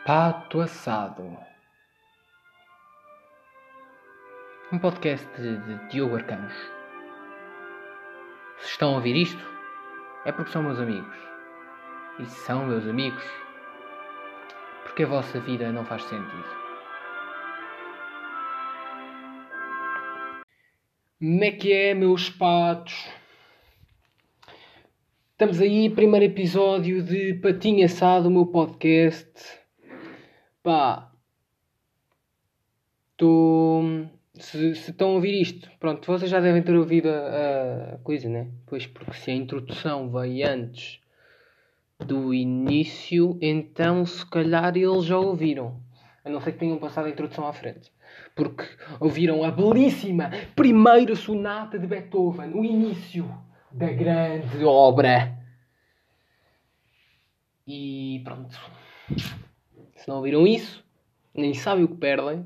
Pato Assado. Um podcast de Diogo Arcanjo. Se estão a ouvir isto, é porque são meus amigos. E se são meus amigos, porque a vossa vida não faz sentido. Como é que é, meus patos? Estamos aí, primeiro episódio de Patinho Assado, o meu podcast. Pá, se estão a ouvir isto, pronto, vocês já devem ter ouvido a coisa, né? Pois, porque se a introdução veio antes do início, então se calhar eles já ouviram. A não ser que tenham passado a introdução à frente. Porque ouviram a belíssima primeira sonata de Beethoven, o início da grande obra. E pronto. Se não ouviram isso, nem sabem o que perdem.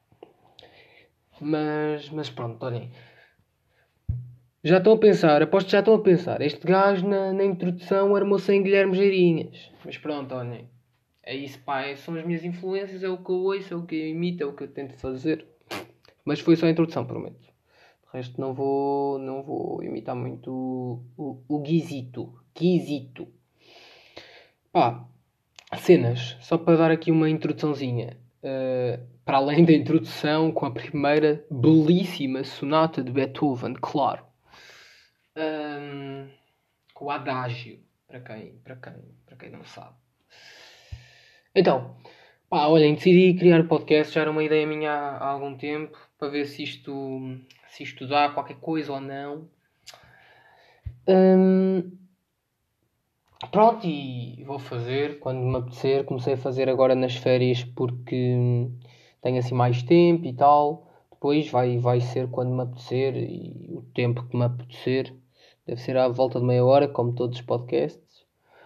Mas pronto, olhem. Já estão a pensar, aposto que já estão a pensar. Este gajo na introdução armou-se em Guilherme Geirinhas. Mas pronto, olhem. É isso, pá. São as minhas influências, é o que eu ouço, é o que eu imito, é o que eu tento fazer. Mas foi só a introdução, prometo. De resto não vou imitar muito o Guizito. Guizito. Pá, cenas. Só para dar aqui uma introduçãozinha. Para além da introdução, com a primeira belíssima sonata de Beethoven, claro. Com o adágio, para quem não sabe. Então, pá, olhem, decidi criar o podcast, já era uma ideia minha há algum tempo, para ver se isto dá qualquer coisa ou não. Pronto, e vou fazer quando me apetecer. Comecei a fazer agora nas férias porque tenho assim mais tempo e tal. Depois vai ser quando me apetecer e o tempo que me apetecer. Deve ser à volta de meia hora, como todos os podcasts.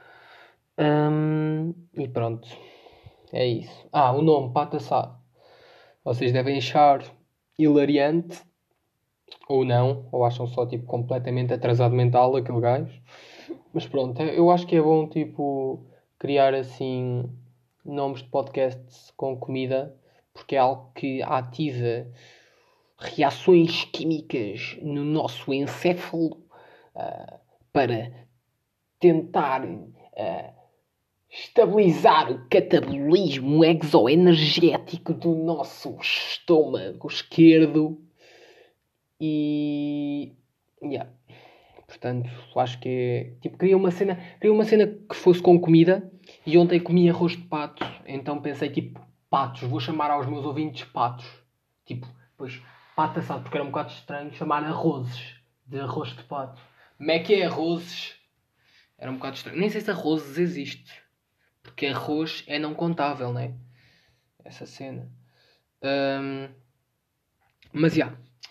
E pronto. É isso. O nome, Pato Assado. Vocês devem achar hilariante. Ou não. Ou acham só tipo completamente atrasado mental aquele gajo. Mas pronto, eu acho que é bom tipo criar assim nomes de podcasts com comida. Porque é algo que ativa reações químicas no nosso encéfalo. Para tentar estabilizar o catabolismo exoenergético do nosso estômago esquerdo. E portanto, acho que é tipo, queria uma cena que fosse com comida. E ontem comi arroz de pato, então pensei tipo, patos, vou chamar aos meus ouvintes patos, tipo, pois pato assado, porque era um bocado estranho chamar arrozes de arroz de pato. Como é que é arrozes? Era um bocado estranho. Nem sei se arrozes existe. Porque arroz é não contável, não é? Essa cena. Mas já.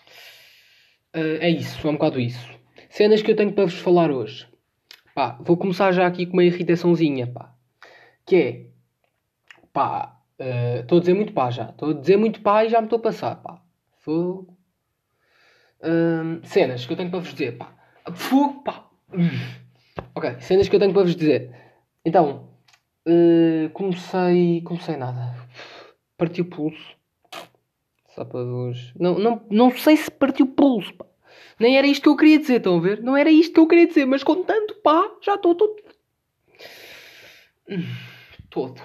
É isso. É um bocado isso. Cenas que eu tenho para vos falar hoje. Pá, vou começar já aqui com uma irritaçãozinha, pá. Que é... Pá, estou a dizer muito pá já. Estou a dizer muito pá e já me estou a passar, pá. Fogo. Cenas que eu tenho para vos dizer, pá. Fogo, pá. Ok, cenas que eu tenho para vos dizer. Então... comecei nada. Partiu o pulso. Só para vos... Não sei se partiu o pulso, pá. Nem era isto que eu queria dizer, estão a ver? Não era isto que eu queria dizer, mas com tanto pá, já estou todo... Todo.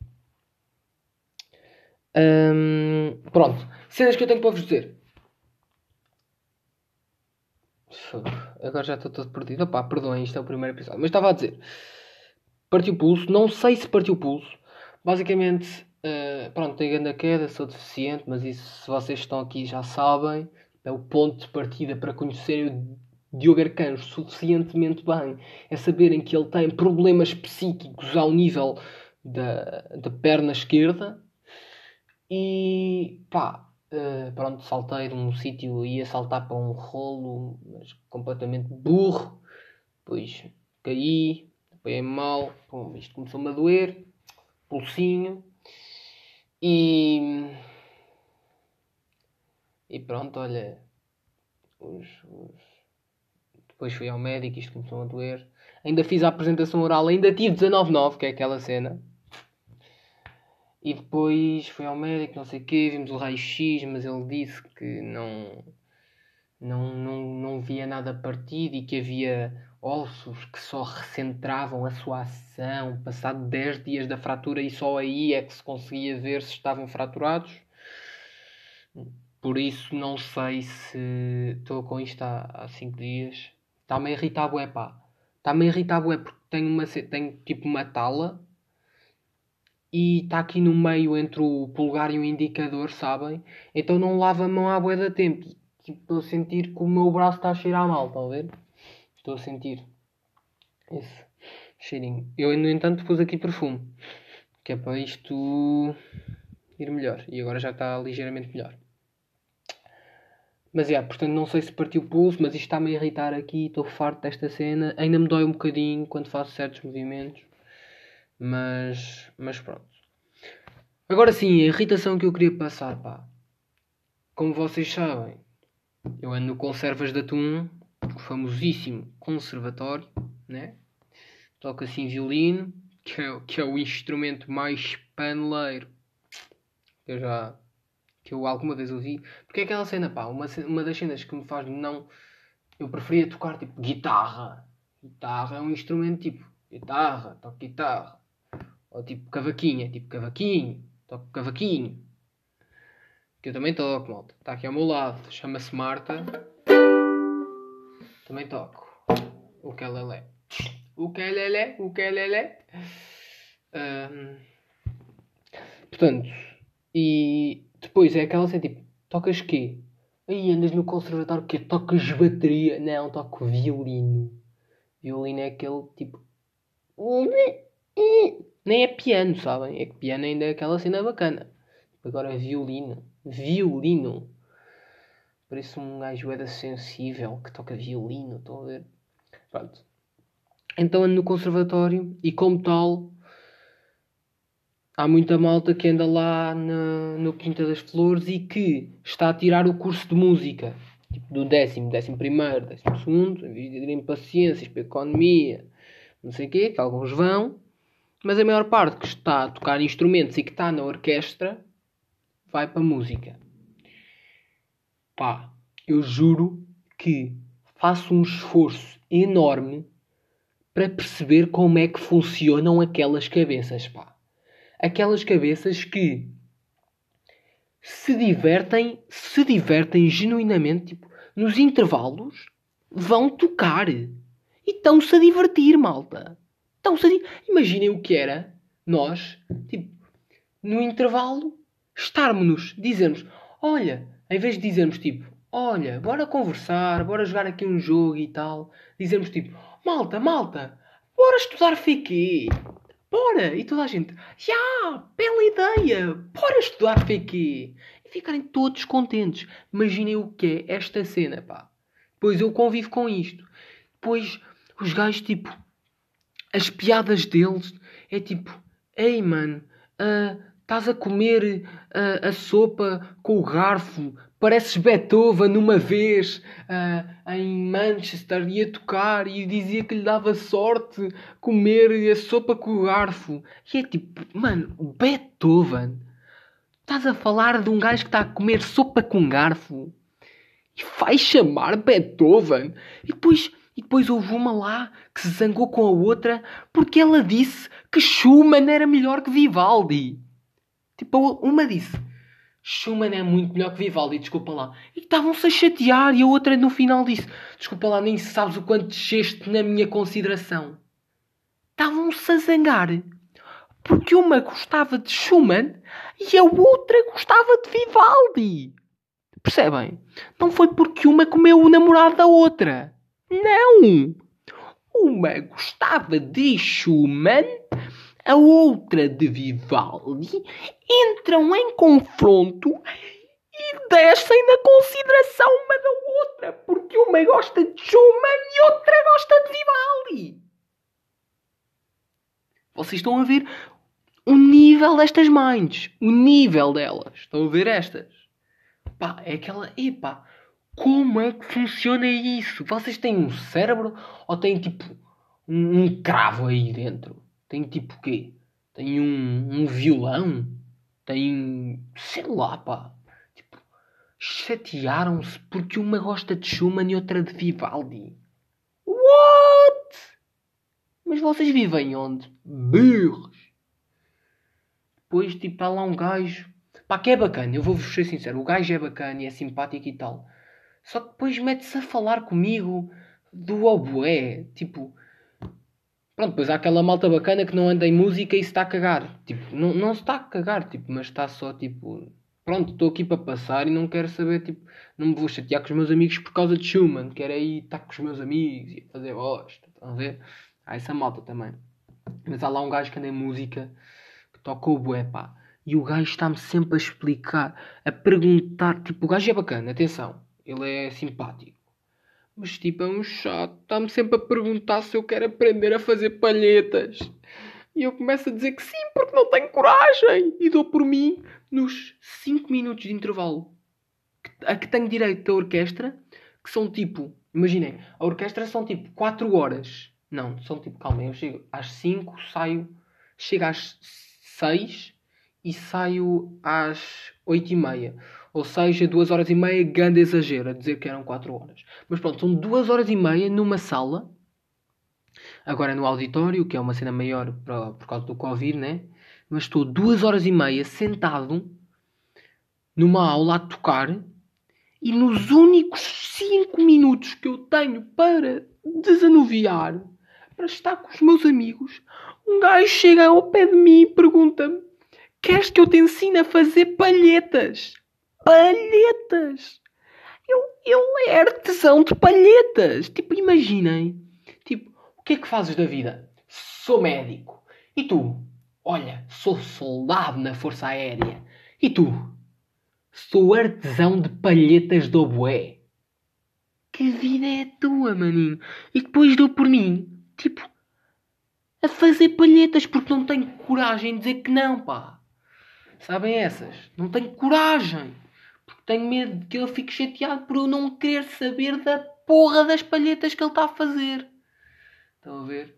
Pronto. Cenas que eu tenho para vos dizer. Agora já estou todo perdido. Opá, perdoem, isto é o primeiro episódio. Mas estava a dizer... Partiu o pulso. Não sei se partiu o pulso. Basicamente... pronto, tenho grande queda, sou deficiente, mas isso, se vocês estão aqui já sabem, é o ponto de partida para conhecerem o Diogo Arcanjo suficientemente bem. É saberem que ele tem problemas psíquicos ao nível da perna esquerda. E pá, pronto, saltei de um sítio, ia saltar para um rolo, mas completamente burro. Depois caí, apanhei-me mal, pum, isto começou-me a doer, pulsinho. E pronto, olha, depois fui ao médico, isto começou a doer. Ainda fiz a apresentação oral, ainda tive 19,9, que é aquela cena. E depois foi ao médico, não sei o quê, vimos o raio-x, mas ele disse que não via nada partido e que havia ossos que só recentravam a sua ação passado 10 dias da fratura e só aí é que se conseguia ver se estavam fraturados. Por isso não sei se estou com isto há 5 dias. Está-me a irritar bué, pá. Está-me a irritar bué porque tenho tipo uma tala e está aqui no meio entre o polegar e o indicador, sabem? Então não lavo a mão à bué da tempo. Tipo, estou a sentir que o meu braço está a cheirar mal, estão a ver? Estou a sentir esse cheirinho. Eu, no entanto, pus aqui perfume, que é para isto ir melhor. E agora já está ligeiramente melhor. Mas portanto não sei se partiu o pulso, mas isto está-me a irritar aqui, estou farto desta cena. Ainda me dói um bocadinho quando faço certos movimentos. Mas pronto. Agora sim, a irritação que eu queria passar, pá. Como vocês sabem, eu ando no Conservas de Atum, o famosíssimo conservatório, né? Toco assim violino, que é o instrumento mais paneleiro que eu alguma vez ouvi. Porque é aquela cena, pá, uma das cenas que me faz não... Eu preferia tocar, tipo, guitarra. Guitarra é um instrumento, tipo, guitarra, toco guitarra. Ou tipo, cavaquinho, toco cavaquinho. Que eu também toco, malta. Está aqui ao meu lado, chama-se Marta. Também toco. Ukelele. Portanto, e depois é aquela cena, tipo, tocas quê? Aí andas no conservatório, quê? Tocas bateria? Não, toco violino. Violino é aquele, tipo... Nem é piano, sabem? É que piano ainda é aquela cena bacana. Agora é violino. Violino. Parece um gajo sensível que toca violino. Estão a ver? Pronto. Então ando no conservatório e como tal... Há muita malta que anda lá no Quinta das Flores e que está a tirar o curso de música. Tipo do 11º, 12º, em vez de irem para ciências, para economia, não sei o quê, que alguns vão. Mas a maior parte que está a tocar instrumentos e que está na orquestra vai para música. Pá, eu juro que faço um esforço enorme para perceber como é que funcionam aquelas cabeças, pá. Aquelas cabeças que se divertem genuinamente, tipo, nos intervalos, vão tocar. E estão-se a divertir, malta. Imaginem o que era nós, tipo, no intervalo, dizermos, olha, em vez de dizermos, tipo, olha, bora conversar, bora jogar aqui um jogo e tal, dizermos, tipo, malta, bora estudar FQ. Bora! E toda a gente, bela ideia! Bora estudar FQ! E ficarem todos contentes. Imaginem o que é esta cena, pá. Pois eu convivo com isto. Depois os gajos, tipo, as piadas deles é tipo, ei, mano, estás a comer a sopa com o garfo, pareces Beethoven uma vez em Manchester, ia tocar e dizia que lhe dava sorte comer a sopa com o garfo. E é tipo, mano, Beethoven? Estás a falar de um gajo que está a comer sopa com garfo? E vai chamar Beethoven? E depois houve uma lá que se zangou com a outra porque ela disse que Schumann era melhor que Vivaldi. Tipo, uma disse, Schumann é muito melhor que Vivaldi, desculpa lá. E estavam-se a chatear e a outra no final disse, desculpa lá, nem sabes o quanto desceste na minha consideração. Estavam-se a zangar. Porque uma gostava de Schumann e a outra gostava de Vivaldi. Percebem? Não foi porque uma comeu o namorado da outra. Não! Uma gostava de Schumann, a outra de Vivaldi, entram em confronto e descem na consideração uma da outra, porque uma gosta de Schumann e outra gosta de Vivaldi. Vocês estão a ver o nível destas mães, o nível delas. Estão a ver estas? Pá, é aquela... Epá, como é que funciona isso? Vocês têm um cérebro ou têm tipo um cravo aí dentro? Tem tipo o quê? Tem um violão? têm, sei lá, pá, tipo, chatearam-se porque uma gosta de Schumann e outra de Vivaldi. What? Mas vocês vivem onde? Burros. Depois, tipo, está lá um gajo, pá, que é bacana, eu vou-vos ser sincero, o gajo é bacana e é simpático e tal. Só que depois mete-se a falar comigo do oboé, tipo... Pronto, depois há aquela malta bacana que não anda em música e se está a cagar. Tipo, não se está a cagar, tipo, mas está só tipo. Pronto, estou aqui para passar e não quero saber, tipo, não me vou chatear com os meus amigos por causa de Schumann. Quero aí estar com os meus amigos e fazer bosta. Estão a ver? Há essa malta também. Mas há lá um gajo que anda em música que toca o bué, pá. E o gajo está-me sempre a explicar, a perguntar. Tipo, o gajo é bacana, atenção, ele é simpático. Mas tipo, é um chato. Está-me sempre a perguntar se eu quero aprender a fazer palhetas. E eu começo a dizer que sim, porque não tenho coragem. E dou por mim nos 5 minutos de intervalo a que tenho direito da orquestra, que são tipo... Imaginem, a orquestra são tipo 4 horas. Não, são tipo... Calma, eu chego às 5, saio... Chego às 6 e saio às 8h30. Ou seja, 2 horas e meia, grande exagero, a dizer que eram 4 horas. Mas pronto, são 2 horas e meia numa sala. Agora no auditório, que é uma cena maior por causa do Covid, né? Mas estou 2 horas e meia sentado numa aula a tocar. E nos únicos 5 minutos que eu tenho para desanuviar, para estar com os meus amigos, um gajo chega ao pé de mim e pergunta-me: queres que eu te ensine a fazer palhetas? Palhetas! Ele é artesão de palhetas. Tipo, imaginem. Tipo, o que é que fazes da vida? Sou médico. E tu? Olha, sou soldado na Força Aérea. E tu? Sou artesão de palhetas de oboé. Que vida é a tua, maninho? E depois dou por mim, tipo, a fazer palhetas porque não tenho coragem de dizer que não, pá. Sabem essas? Não tenho coragem. Porque tenho medo de que ele fique chateado por eu não querer saber da porra das palhetas que ele está a fazer. Estão a ver?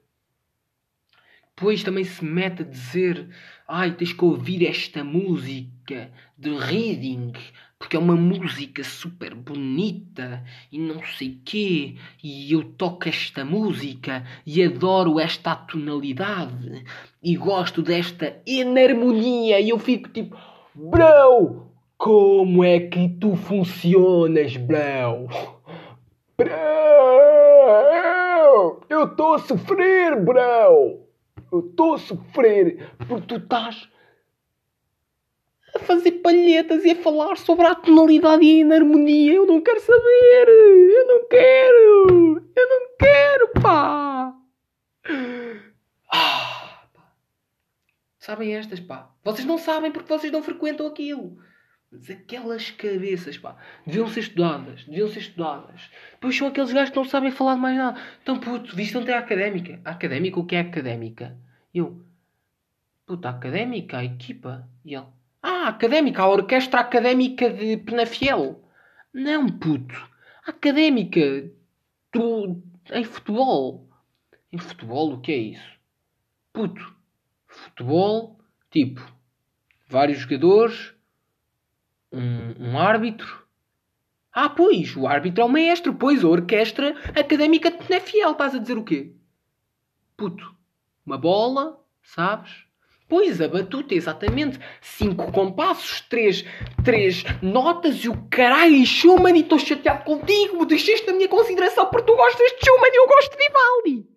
Depois também se mete a dizer: ai, tens que ouvir esta música de Reading, porque é uma música super bonita e não sei quê, e eu toco esta música e adoro esta tonalidade e gosto desta enarmonia. E eu fico tipo: bro, como é que tu funcionas, bro? Bro, eu estou a sofrer, bro. Eu estou a sofrer porque tu estás a fazer palhetas e a falar sobre a tonalidade e a enarmonia. Eu não quero saber. Eu não quero. Eu não quero, pá. Sabem estas, pá. Vocês não sabem porque vocês não frequentam aquilo. Mas aquelas cabeças, pá, deviam ser estudadas. Deviam ser estudadas. Depois são aqueles gajos que não sabem falar de mais nada. Então, puto, viste onde é a académica? A académica, o que é académica? Eu, puta, a académica, a equipa. E ele, a académica, a orquestra académica de Penafiel. Não, puto. A académica em futebol. Em futebol, o que é isso? Puto, futebol, tipo, vários jogadores, um árbitro. Ah, pois, o árbitro é o maestro, pois, a orquestra académica de Penafiel. Estás a dizer o quê? Puto, uma bola, sabes? Pois, a batuta, exatamente. 5 compassos, 3 notas e o caralho e Schumann, e estou chateado contigo. Deixaste a minha consideração porque tu gostas de Schumann e eu gosto de Vivaldi.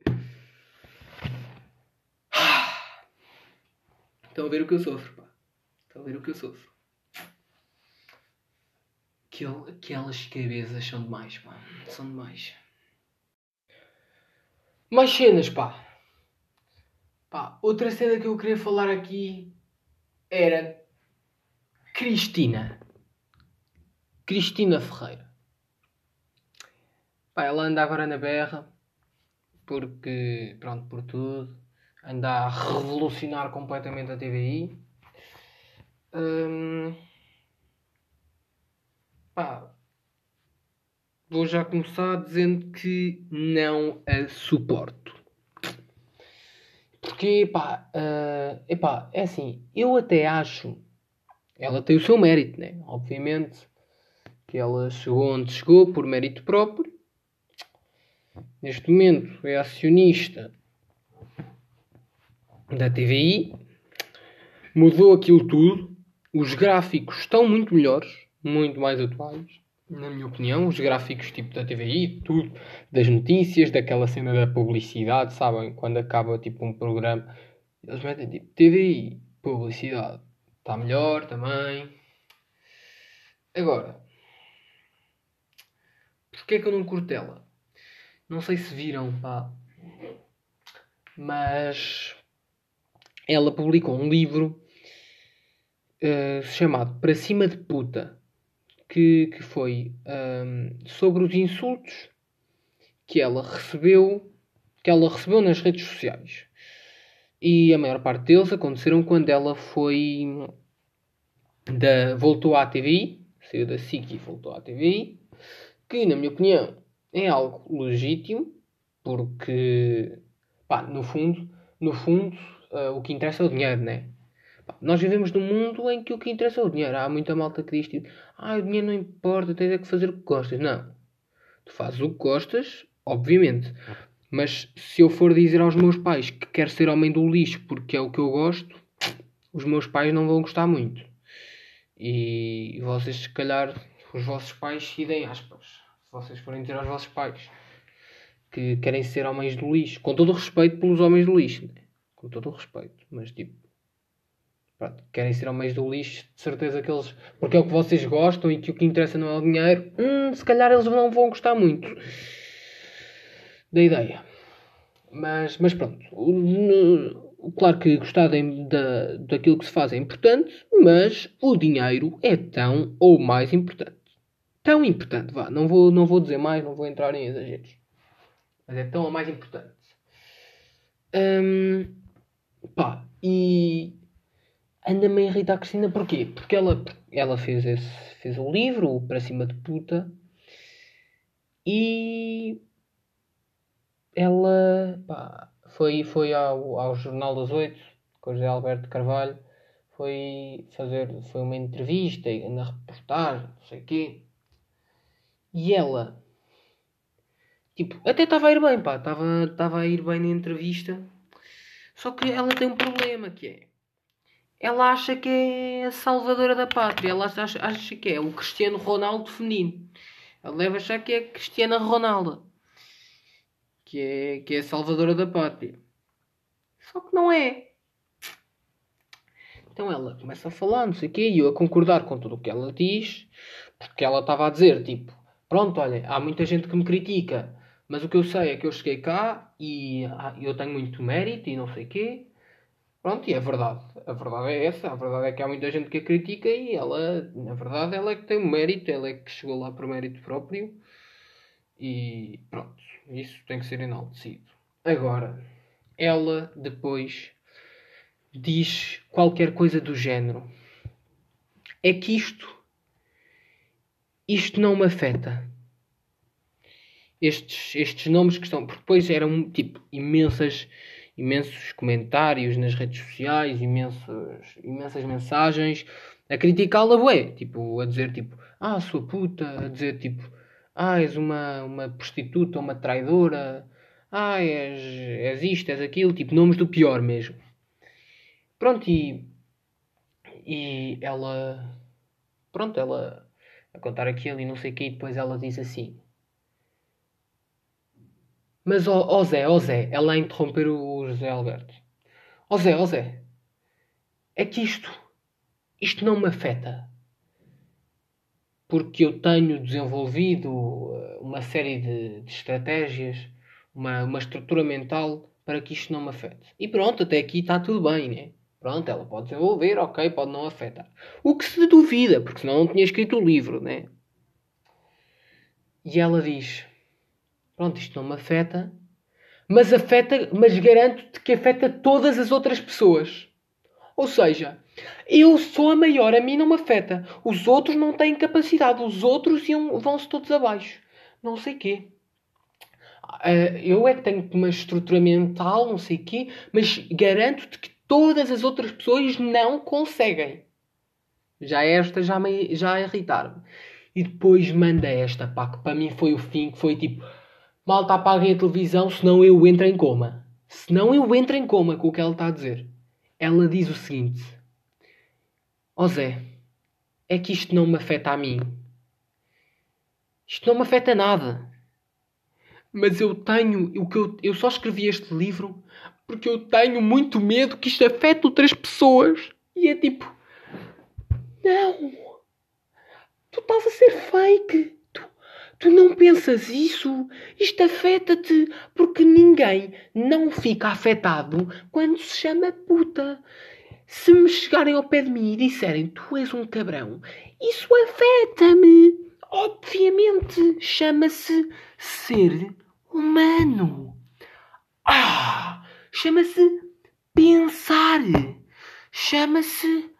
Estão a ver o que eu sofro, pá. Estão a ver o que eu sofro. Aquelas cabeças são demais, pá. São demais. Mais cenas, pá. Pá, outra cena que eu queria falar aqui era Cristina. Cristina Ferreira. Pá, ela anda agora na berra porque, pronto, por tudo. Anda a revolucionar completamente a TVI. Pá, vou já começar dizendo que não a suporto. Porque, epá, é assim, eu até acho ela tem o seu mérito, né? Obviamente que ela chegou onde chegou por mérito próprio. Neste momento é acionista da TVI. Mudou aquilo tudo. Os gráficos estão muito melhores, muito mais atuais, na minha opinião. Os gráficos tipo da TVI, tudo, das notícias, daquela cena da publicidade, sabem? Quando acaba tipo um programa, eles metem tipo TVI, publicidade. Está melhor também. Agora, porquê é que eu não curto ela? Não sei se viram, pá. Mas ela publicou um livro chamado Para Cima de Puta, que foi sobre os insultos que ela recebeu nas redes sociais. E a maior parte deles aconteceram quando ela voltou à TVI, saiu da SIC e voltou à TVI, que na minha opinião é algo legítimo, porque pá, no fundo o que interessa é o dinheiro, né? Nós vivemos num mundo em que o que interessa é o dinheiro. Há muita malta que diz tipo, o dinheiro não importa, tens é que fazer o que gostas. Não. Tu fazes o que gostas, obviamente. Mas se eu for dizer aos meus pais que quero ser homem do lixo porque é o que eu gosto, os meus pais não vão gostar muito. E vocês, se calhar, os vossos pais, idem aspas. Se vocês forem dizer aos vossos pais que querem ser homens do lixo, com todo o respeito pelos homens do lixo, né? Com todo o respeito. Mas tipo, pronto, querem ser homens do lixo, de certeza que eles, porque é o que vocês gostam e que o que interessa não é o dinheiro, se calhar eles não vão gostar muito da ideia. Mas pronto, claro que gostar daquilo que se faz é importante, mas o dinheiro é tão ou mais importante. Tão importante, vá, não vou dizer mais, não vou entrar em exageros. Mas é tão ou mais importante. E anda-me a irritar a Cristina porquê? Porque ela fez o livro, o Para Cima de Puta, e ela foi ao Jornal das 8 com o José Alberto Carvalho, foi uma entrevista na reportagem, não sei o quê, e ela tipo, até estava a ir bem, pá, estava a ir bem na entrevista, só que ela tem um problema que é, ela acha que é a salvadora da pátria, ela acha que é o Cristiano Ronaldo feminino, ela deve achar que é a Cristiana Ronaldo, que é a salvadora da pátria. Só que não é. Então ela começa a falar, não sei o quê, e eu a concordar com tudo o que ela diz, porque ela estava a dizer, tipo, pronto, olha, há muita gente que me critica, mas o que eu sei é que eu cheguei cá e eu tenho muito mérito e não sei o quê. Pronto, e é verdade. A verdade é essa. A verdade é que há muita gente que a critica e ela, na verdade, ela é que tem o mérito, ela é que chegou lá por mérito próprio. E pronto, isso tem que ser enaltecido. Agora, ela depois diz qualquer coisa do género. É que isto não me afeta. Estes nomes que estão... Porque depois eram tipo imensos comentários nas redes sociais, imensas mensagens a criticá-la, bué. Tipo, a dizer tipo, sua puta, a dizer tipo, és uma prostituta, uma traidora, és isto, és aquilo, tipo, nomes do pior mesmo. Pronto, e ela, pronto, ela a contar aquilo e não sei o quê, e depois ela diz assim, mas ó Zé, ela a interromper o José Alberto. Ó Zé, é que isto não me afeta. Porque eu tenho desenvolvido uma série de estratégias, uma estrutura mental para que isto não me afete. E pronto, até aqui está tudo bem, né? Pronto, ela pode desenvolver, ok, pode não afetar. O que se duvida, porque senão não tinha escrito o livro, né? E ela diz, pronto, isto não me afeta, mas garanto-te que afeta todas as outras pessoas. Ou seja, eu sou a maior, a mim não me afeta. Os outros não têm capacidade, os outros vão-se todos abaixo. Não sei quê. Eu é que tenho uma estrutura mental, não sei quê, mas garanto-te que todas as outras pessoas não conseguem. Já esta já a irritar-me. E depois manda esta, pá, que para mim foi o fim, que foi tipo, malta, apaguem a televisão, senão eu entro em coma. Senão eu entro em coma com o que ela está a dizer. Ela diz o seguinte: ó Zé, é que isto não me afeta a mim. Isto não me afeta nada. Mas eu tenho, eu só escrevi este livro porque eu tenho muito medo que isto afete outras pessoas. E é tipo, não, tu estás a ser fake. Tu não pensas isso. Isto afeta-te porque ninguém não fica afetado quando se chama puta. Se me chegarem ao pé de mim e disserem tu és um cabrão, isso afeta-me. Obviamente, chama-se ser humano. Chama-se pensar. Chama-se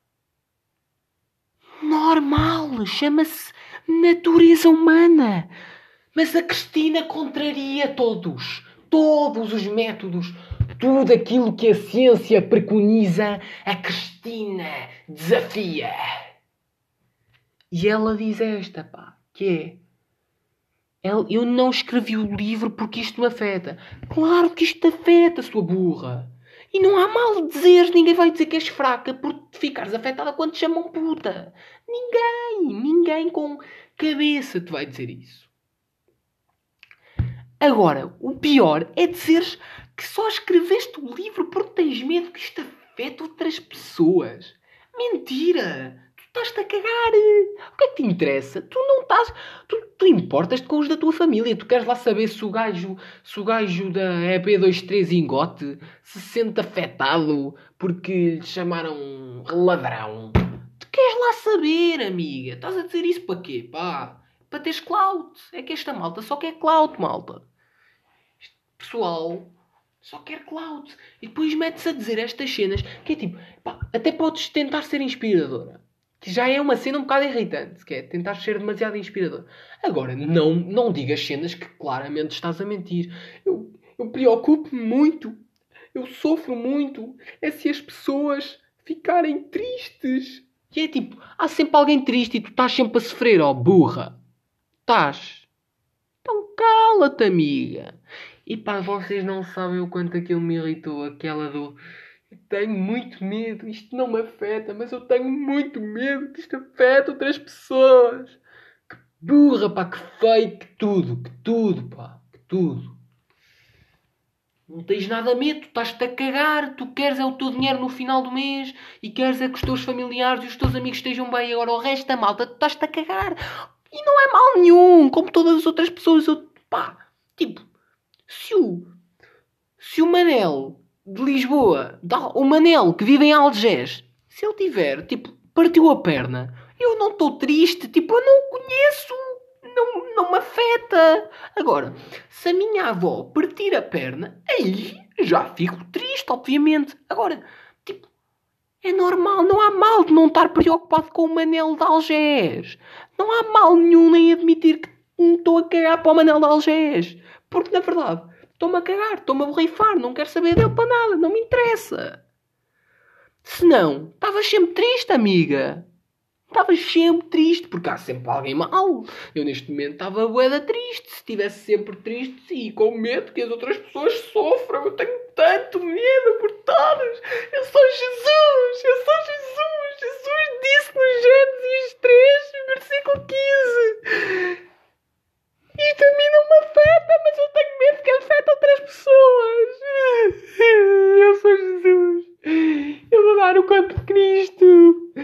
normal. Chama-se natureza humana. Mas a Cristina contraria todos os métodos. Tudo aquilo que a ciência preconiza, a Cristina desafia. E ela diz esta, pá, que é: eu não escrevi o livro porque isto me afeta. Claro que isto te afeta, sua burra. E não há mal de dizer, ninguém vai dizer que és fraca por ficares afetada quando te chamam puta. Ninguém com cabeça te vai dizer isso. Agora, o pior é dizeres que só escreveste o livro porque tens medo que isto afete outras pessoas. Mentira! Tu estás-te a cagar! O que é que te interessa? Tu não estás... Tu importas-te com os da tua família. Tu queres lá saber se o gajo da EP23 Ingote se sente afetado porque lhe chamaram ladrão. Tu queres lá saber, amiga? Estás a dizer isso para quê? Pá, para teres clout. É que esta malta só quer clout, malta. Pessoal só quer clout. E depois mete-se a dizer estas cenas que é tipo, pá, até podes tentar ser inspiradora. Que já é uma cena um bocado irritante, que é tentar ser demasiado inspirador. Agora, não digas cenas que claramente estás a mentir. Eu preocupo-me muito. Eu sofro muito. É se as pessoas ficarem tristes. E é tipo, há sempre alguém triste e tu estás sempre a sofrer, ó burra. Estás. Então cala-te, amiga. E pá, vocês não sabem o quanto aquilo me irritou. Aquela do... Eu tenho muito medo. Isto não me afeta, mas eu tenho muito medo que isto afete outras pessoas. Que burra, pá, que feio, que tudo, pá. Que tudo. Não tens nada a medo, tu estás-te a cagar. Tu queres é o teu dinheiro no final do mês e queres é que os teus familiares e os teus amigos estejam bem. Agora o resto da malta, tu estás-te a cagar. E não é mal nenhum, como todas as outras pessoas. Pá, tipo... Se o Manel de Lisboa, o Manel que vive em Algés, se ele tiver, tipo, partiu a perna, eu não estou triste, tipo, eu não o conheço, não me afeta. Agora, se a minha avó partir a perna, aí já fico triste, obviamente. Agora, tipo, é normal, não há mal de não estar preocupado com o Manel de Algés. Não há mal nenhum em admitir que me estou a cagar para o Manel de Algés. Porque, na verdade, estou-me a cagar, estou-me a borrifar, não quero saber dele para nada, não me interessa. Se não, estavas sempre triste, amiga. Estavas sempre triste, porque há sempre alguém mal. Eu, neste momento, estava bué triste. Se estivesse sempre triste e com medo que as outras pessoas sofram, eu tenho tanto medo por todas. Eu sou Jesus, eu sou Jesus. Jesus disse no Gênesis 3, versículo 15... Isto a mim não me afeta, mas eu tenho medo que afete outras pessoas. Eu sou Jesus. Eu vou dar o corpo de Cristo.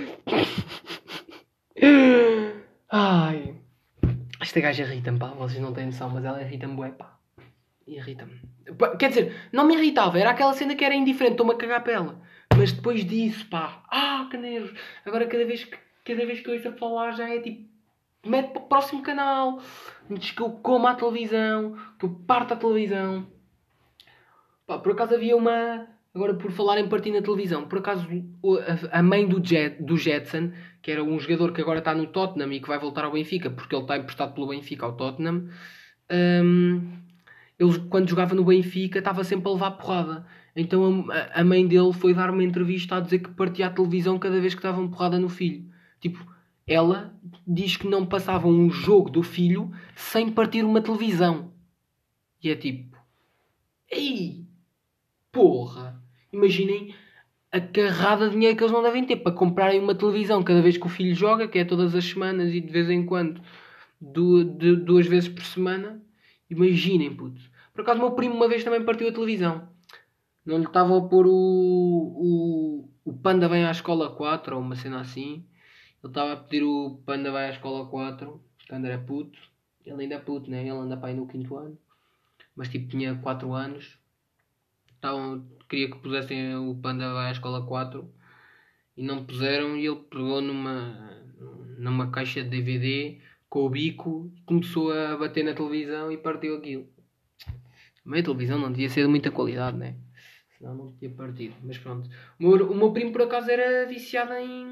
Ai. Esta gaja irrita-me, pá. Vocês não têm noção, mas ela irrita-me, bué, pá. Irrita-me. Quer dizer, não me irritava. Era aquela cena que era indiferente. Estou-me a cagar para ela. Mas depois disso, pá. Que nervos. Agora cada vez que eu ouço a falar já é tipo... Mete para o próximo canal. Diz que eu como a televisão. Que eu parto a televisão. Pá, por acaso havia uma... Agora por falar em partir na televisão. Por acaso a mãe do Jetson, que era um jogador que agora está no Tottenham e que vai voltar ao Benfica, porque ele está emprestado pelo Benfica ao Tottenham. Ele quando jogava no Benfica estava sempre a levar porrada. Então a mãe dele foi dar uma entrevista a dizer que partia a televisão cada vez que dava uma porrada no filho. Tipo, ela diz que não passava um jogo do filho sem partir uma televisão. E é tipo... Ei! Porra! Imaginem a carrada de dinheiro que eles não devem ter para comprarem uma televisão cada vez que o filho joga, que é todas as semanas e de vez em quando, duas vezes por semana. Imaginem, puto. Por acaso, o meu primo uma vez também partiu a televisão. Não lhe estava a pôr o Panda Vem à Escola 4 ou uma cena assim. Ele estava a pedir o Panda Vai à Escola 4 quando era puto. Ele ainda é puto, né? Ele anda para aí no 5º ano. Mas tipo, tinha 4 anos. Queria que pusessem o Panda Vai à Escola 4 e não puseram, e ele pegou numa caixa de DVD com o bico e começou a bater na televisão e partiu aquilo. Mas a televisão não devia ser de muita qualidade, né? Senão não tinha partido. Mas pronto. O meu primo por acaso era viciado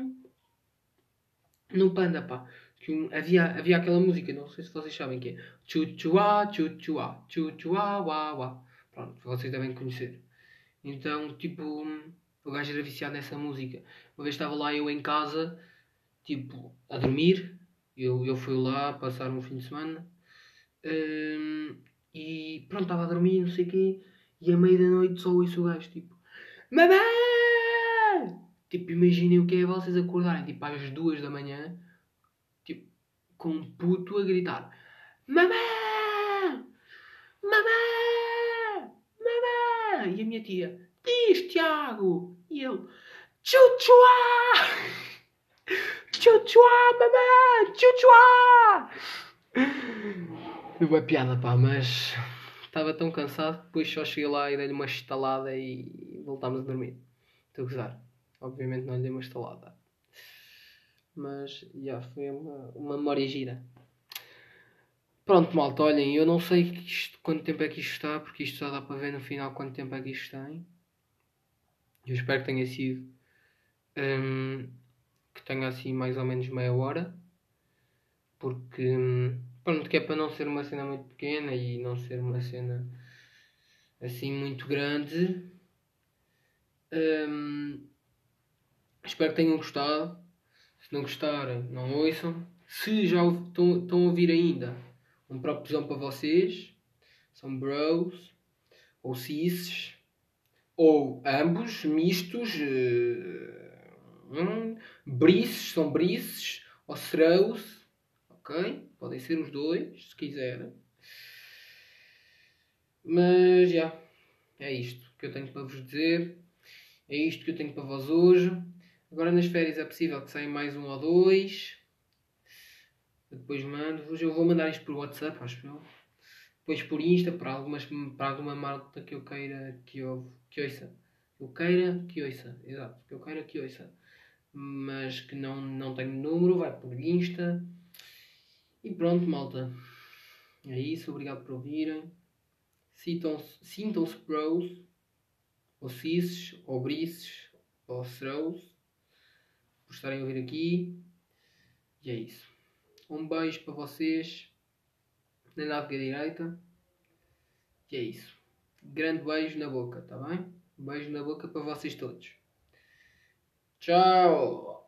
no Panda, pá. Havia aquela música, não sei se vocês sabem que é Chuchuá, chuchuá, chuchuá, uá, uá. Pronto, vocês devem conhecer. Então, tipo, o gajo era viciado nessa música. Uma vez estava lá eu em casa, tipo, a dormir. Eu fui lá passar um fim de semana. E pronto, estava a dormir, não sei o quê. E à meia da noite só ouço o gajo, tipo, mamãe! Tipo, imaginem o que é vocês acordarem, tipo, às 2 da manhã, tipo, com um puto a gritar, mamãe! Mamãe! Mamãe! E a minha tia, diz, Tiago! E ele, chuchuá! Chuchuá, mamãe! Chuchuá! Foi uma piada, pá, mas estava tão cansado, depois só cheguei lá e dei-lhe uma estalada e voltámos a dormir. Estou a gozar. Obviamente não lhe dei uma estalada. Mas, já, foi uma memória gira. Pronto, malta, olhem, eu não sei quanto tempo é que isto está, porque isto só dá para ver no final quanto tempo é que isto tem. Eu espero que tenha sido... que tenha assim mais ou menos meia hora. Porque, pronto, que é para não ser uma cena muito pequena e não ser uma cena assim muito grande. Espero que tenham gostado. Se não gostarem, não ouçam. Se já estão a ouvir ainda, um propósito para vocês. São bros, ou cis, ou ambos, mistos. Brices, são brices, ou serous. Ok? Podem ser os dois, se quiserem. Mas, já. É isto que eu tenho para vos dizer. É isto que eu tenho para vós hoje. Agora nas férias é possível que saia mais um ou dois. Eu depois mando-vos. Eu vou mandar isto por WhatsApp, acho eu. Depois por Insta, para alguma malta que eu queira que ouça. Eu queira que ouça. Exato. Que eu queira que ouça. Mas que não tenho número. Vai por Insta. E pronto, malta. É isso. Obrigado por ouvirem. Sintam-se bros. Ou cis. Ou brices. Ou serous. Por estarem a ouvir aqui. E é isso. Um beijo para vocês na nádega direita. E é isso. Grande beijo na boca, tá bem? Um beijo na boca para vocês todos. Tchau!